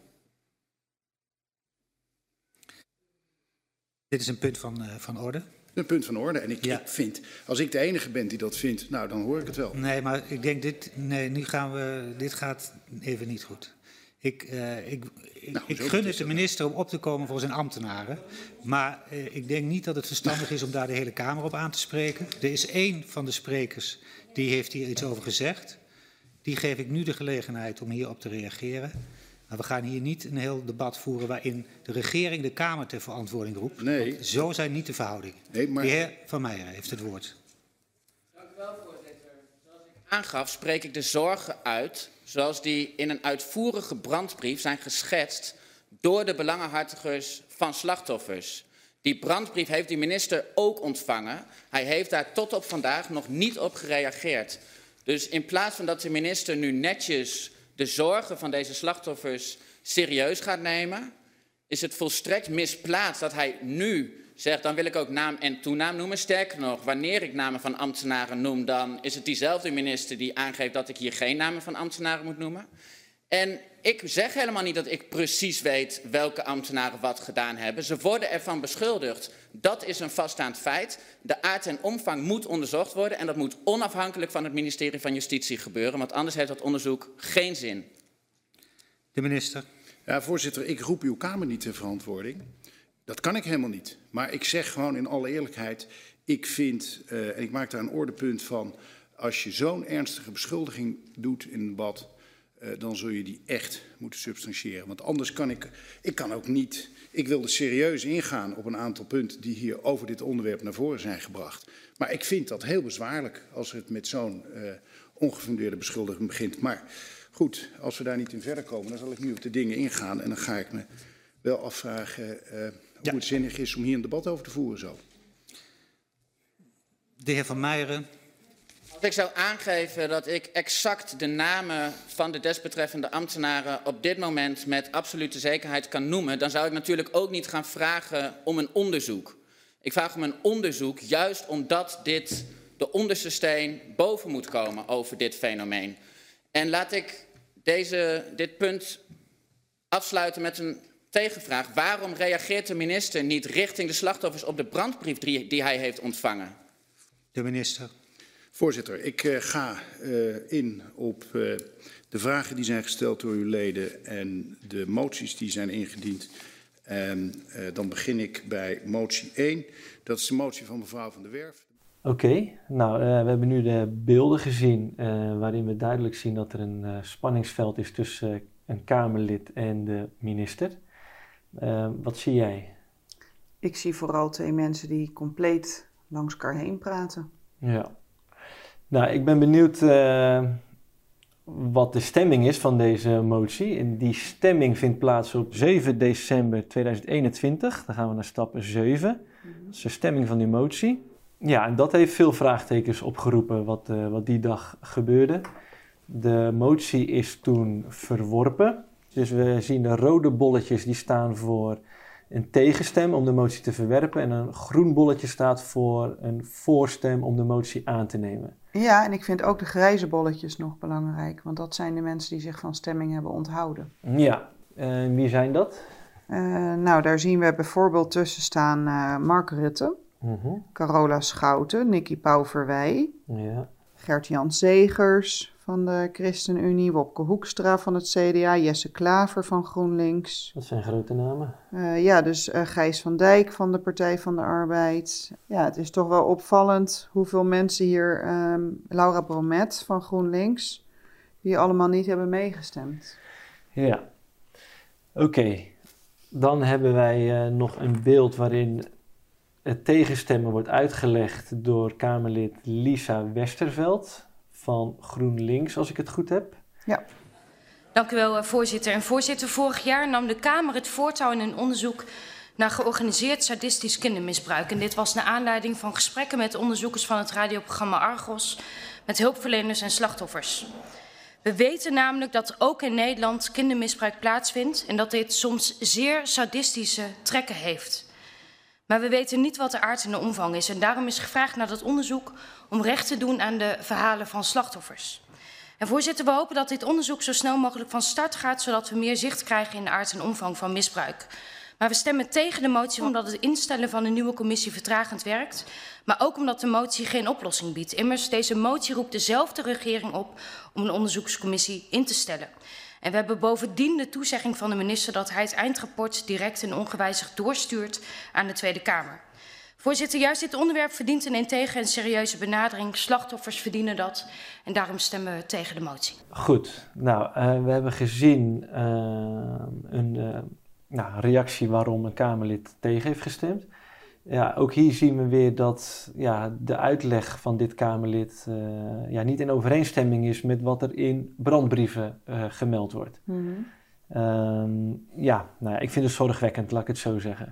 Dit is een punt van, uh, van orde. Een punt van orde. En ik, ja. ik vind, als ik de enige ben die dat vindt, nou dan hoor ik het wel. Nee, maar ik denk, dit, nee, nu gaan we, dit gaat even niet goed. Ik, uh, ik, ik, nou, ik gun het de minister om op te komen voor zijn ambtenaren. Maar uh, ik denk niet dat het verstandig is om daar de hele Kamer op aan te spreken. Er is één van de sprekers die heeft hier iets over gezegd. Die geef ik nu de gelegenheid om hierop te reageren. Maar we gaan hier niet een heel debat voeren waarin de regering de Kamer ter verantwoording roept. Nee. Want zo zijn niet de verhoudingen. Nee, maar... De heer Van Meijeren heeft het woord. Dank u wel, voorzitter. Zoals ik aangaf, spreek ik de zorgen uit, zoals die in een uitvoerige brandbrief zijn geschetst door de belangenhartigers van slachtoffers. Die brandbrief heeft de minister ook ontvangen. Hij heeft daar tot op vandaag nog niet op gereageerd. Dus in plaats van dat de minister nu netjes de zorgen van deze slachtoffers serieus gaat nemen, is het volstrekt misplaatst dat hij nu zegt, dan wil ik ook naam en toenaam noemen. Sterker nog, wanneer ik namen van ambtenaren noem, dan is het diezelfde minister die aangeeft dat ik hier geen namen van ambtenaren moet noemen. En ik zeg helemaal niet dat ik precies weet welke ambtenaren wat gedaan hebben. Ze worden ervan beschuldigd. Dat is een vaststaand feit. De aard en omvang moet onderzocht worden en dat moet onafhankelijk van het ministerie van Justitie gebeuren, want anders heeft dat onderzoek geen zin. De minister. Ja, voorzitter, ik roep uw Kamer niet ter verantwoording. Dat kan ik helemaal niet. Maar ik zeg gewoon in alle eerlijkheid, ik vind, uh, en ik maak daar een ordepunt van, als je zo'n ernstige beschuldiging doet in een debat, uh, dan zul je die echt moeten substantiëren. Want anders kan ik, ik kan ook niet, ik wilde serieus ingaan op een aantal punten die hier over dit onderwerp naar voren zijn gebracht. Maar ik vind dat heel bezwaarlijk als het met zo'n uh, ongefundeerde beschuldiging begint. Maar goed, als we daar niet in verder komen, dan zal ik nu op de dingen ingaan en dan ga ik me wel afvragen uh, hoe ja. het zinnig is om hier een debat over te voeren zo. De heer Van Meijeren. Als ik zou aangeven dat ik exact de namen van de desbetreffende ambtenaren op dit moment met absolute zekerheid kan noemen, dan zou ik natuurlijk ook niet gaan vragen om een onderzoek. Ik vraag om een onderzoek juist omdat dit de onderste steen boven moet komen over dit fenomeen. En laat ik deze, dit punt afsluiten met een tegenvraag. Waarom reageert de minister niet richting de slachtoffers op de brandbrief die, die hij heeft ontvangen? De minister. Voorzitter, ik uh, ga uh, in op uh, de vragen die zijn gesteld door uw leden en de moties die zijn ingediend. En uh, dan begin ik bij motie één. Dat is de motie van mevrouw Van der Werf. Oké, okay, nou uh, we hebben nu de beelden gezien uh, waarin we duidelijk zien dat er een uh, spanningsveld is tussen uh, een Kamerlid en de minister. Uh, wat zie jij? Ik zie vooral twee mensen die compleet langs elkaar heen praten. Ja. Nou, ik ben benieuwd uh, wat de stemming is van deze motie. En die stemming vindt plaats op zeven december tweeduizend eenentwintig. Dan gaan we naar stap zeven. Dat is de stemming van die motie. Ja, en dat heeft veel vraagtekens opgeroepen wat, uh, wat die dag gebeurde. De motie is toen verworpen. Dus we zien de rode bolletjes die staan voor een tegenstem om de motie te verwerpen. En een groen bolletje staat voor een voorstem om de motie aan te nemen. Ja, en ik vind ook de grijze bolletjes nog belangrijk. Want dat zijn de mensen die zich van stemming hebben onthouden. Ja, En wie zijn dat? Uh, nou, daar zien we bijvoorbeeld tussen staan uh, Mark Rutte, Uh-huh. Carola Schouten, Nicky Pauverwij, Ja. Gert-Jan Zegers van de ChristenUnie, Wopke Hoekstra van het C D A, Jesse Klaver van GroenLinks. Dat zijn grote namen. Uh, ja, dus uh, Gijs van Dijk van de Partij van de Arbeid. Ja, het is toch wel opvallend hoeveel mensen hier, um, Laura Bromet van GroenLinks, die allemaal niet hebben meegestemd. Ja, oké. Okay. Dan hebben wij uh, nog een beeld waarin het tegenstemmen wordt uitgelegd door Kamerlid Lisa Westerveld van GroenLinks, als ik het goed heb. Ja. Dank u wel, voorzitter. En voorzitter, vorig jaar nam de Kamer het voortouw in een onderzoek naar georganiseerd sadistisch kindermisbruik. En dit was naar aanleiding van gesprekken met onderzoekers van het radioprogramma Argos, met hulpverleners en slachtoffers. We weten namelijk dat ook in Nederland kindermisbruik plaatsvindt en dat dit soms zeer sadistische trekken heeft. Maar we weten niet wat de aard en de omvang is en daarom is gevraagd naar dat onderzoek om recht te doen aan de verhalen van slachtoffers. En voorzitter, we hopen dat dit onderzoek zo snel mogelijk van start gaat, zodat we meer zicht krijgen in de aard en omvang van misbruik. Maar we stemmen tegen de motie omdat het instellen van een nieuwe commissie vertragend werkt, maar ook omdat de motie geen oplossing biedt. Immers, deze motie roept dezelfde regering op om een onderzoekscommissie in te stellen. En we hebben bovendien de toezegging van de minister dat hij het eindrapport direct en ongewijzigd doorstuurt aan de Tweede Kamer. Voorzitter, juist dit onderwerp verdient een integere en serieuze benadering. Slachtoffers verdienen dat en daarom stemmen we tegen de motie. Goed, nou, uh, we hebben gezien uh, een uh, nou, reactie waarom een Kamerlid tegen heeft gestemd. Ja, ook hier zien we weer dat ja, de uitleg van dit Kamerlid uh, ja, niet in overeenstemming is met wat er in brandbrieven uh, gemeld wordt. Mm-hmm. Um, ja, nou ja, ik vind het zorgwekkend, laat ik het zo zeggen.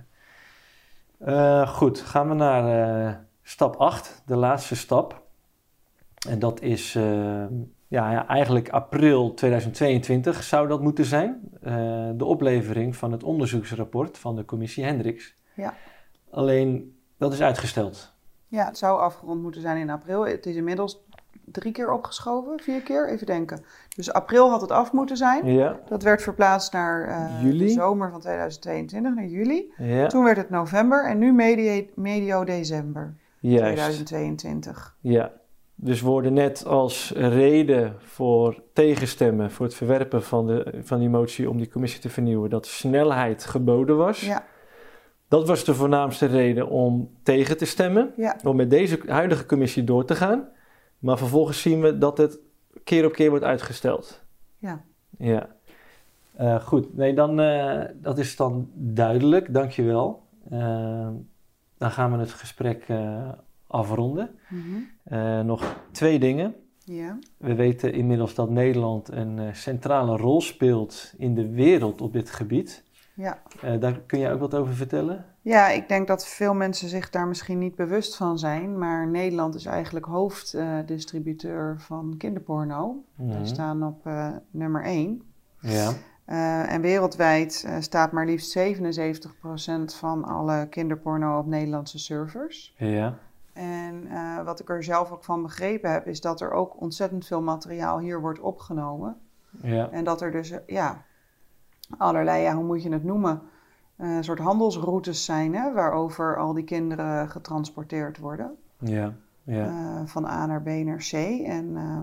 Uh, goed, gaan we naar uh, stap acht, de laatste stap. En dat is uh, ja, ja, eigenlijk april tweeduizend tweeëntwintig zou dat moeten zijn. Uh, de oplevering van het onderzoeksrapport van de commissie Hendricks. Ja. Alleen, dat is uitgesteld. Ja, het zou afgerond moeten zijn in april. Het is inmiddels drie keer opgeschoven, vier keer, even denken. Dus april had het af moeten zijn. Ja. Dat werd verplaatst naar uh, juli. de zomer van tweeduizend tweeëntwintig, naar juli. Ja. Toen werd het november en nu medio, medio december Juist. tweeduizend tweeëntwintig. Ja, dus worden net als reden voor tegenstemmen, voor het verwerpen van, de, van die motie om die commissie te vernieuwen, dat snelheid geboden was. Ja. Dat was de voornaamste reden om tegen te stemmen, Ja. om met deze huidige commissie door te gaan. Maar vervolgens zien we dat het keer op keer wordt uitgesteld. Ja. Ja. Uh, goed, nee, dan, uh, dat is dan duidelijk, dankjewel. Uh, dan gaan we het gesprek uh, afronden. Mm-hmm. Uh, nog twee dingen. Ja. We weten inmiddels dat Nederland een uh, centrale rol speelt in de wereld op dit gebied. Ja. Uh, daar kun je ook wat over vertellen? Ja, ik denk dat veel mensen zich daar misschien niet bewust van zijn. Maar Nederland is eigenlijk hoofddistributeur uh, van kinderporno. Mm-hmm. We staan op uh, nummer één. Ja. Uh, en wereldwijd uh, staat maar liefst zevenenzeventig procent van alle kinderporno op Nederlandse servers. Ja. En uh, wat ik er zelf ook van begrepen heb, is dat er ook ontzettend veel materiaal hier wordt opgenomen. Ja. En dat er dus, uh, ja, allerlei, ja, hoe moet je het noemen, uh, een soort handelsroutes zijn, hè, waarover al die kinderen getransporteerd worden. Ja. Ja. Uh, van A naar B naar C. En uh,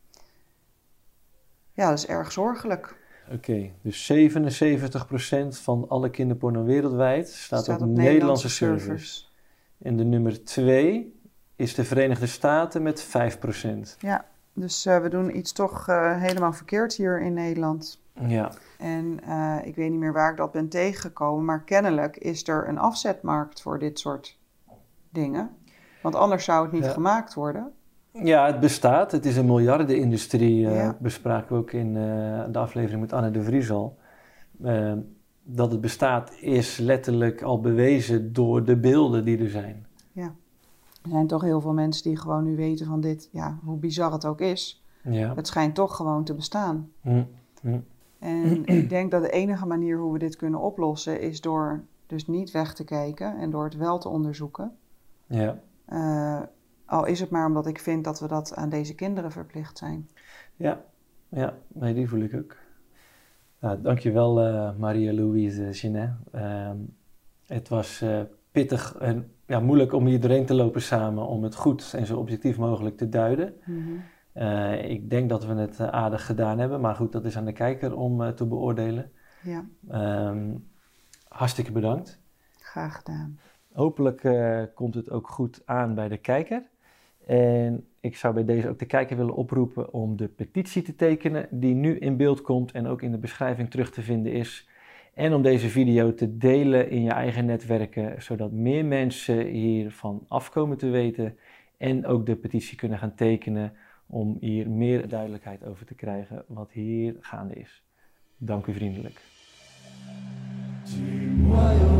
ja, dat is erg zorgelijk. Oké, okay, dus zevenenzeventig procent van alle kinderporno wereldwijd staat, staat op, op Nederlandse, Nederlandse servers. servers. En de nummer twee is de Verenigde Staten met vijf procent. Ja, dus uh, we doen iets toch uh, helemaal verkeerd hier in Nederland. Ja. En uh, ik weet niet meer waar ik dat ben tegengekomen, maar kennelijk is er een afzetmarkt voor dit soort dingen. Want anders zou het niet ja. gemaakt worden. Ja, het bestaat. Het is een miljardenindustrie, uh, ja. bespraken we ook in uh, de aflevering met Anne de Vries al. Uh, dat het bestaat is letterlijk al bewezen door de beelden die er zijn. Ja, er zijn toch heel veel mensen die gewoon nu weten van dit, ja, hoe bizar het ook is. Ja. Het schijnt toch gewoon te bestaan. Mm. Mm. En ik denk dat de enige manier hoe we dit kunnen oplossen is door dus niet weg te kijken en door het wel te onderzoeken. Ja. Uh, al is het maar omdat ik vind dat we dat aan deze kinderen verplicht zijn. Ja, ja, nee, die voel ik ook. Nou, dankjewel uh, Maria-Louise Genet. Uh, het was uh, pittig en ja, moeilijk om hier doorheen te lopen samen om het goed en zo objectief mogelijk te duiden. Mm-hmm. Uh, ik denk dat we het uh, aardig gedaan hebben, maar goed, dat is aan de kijker om uh, te beoordelen. Ja. Um, hartstikke bedankt. Graag gedaan. Hopelijk uh, komt het ook goed aan bij de kijker. En ik zou bij deze ook de kijker willen oproepen om de petitie te tekenen die nu in beeld komt en ook in de beschrijving terug te vinden is. En om deze video te delen in je eigen netwerken, zodat meer mensen hiervan afkomen te weten en ook de petitie kunnen gaan tekenen om hier meer duidelijkheid over te krijgen wat hier gaande is. Dank u vriendelijk.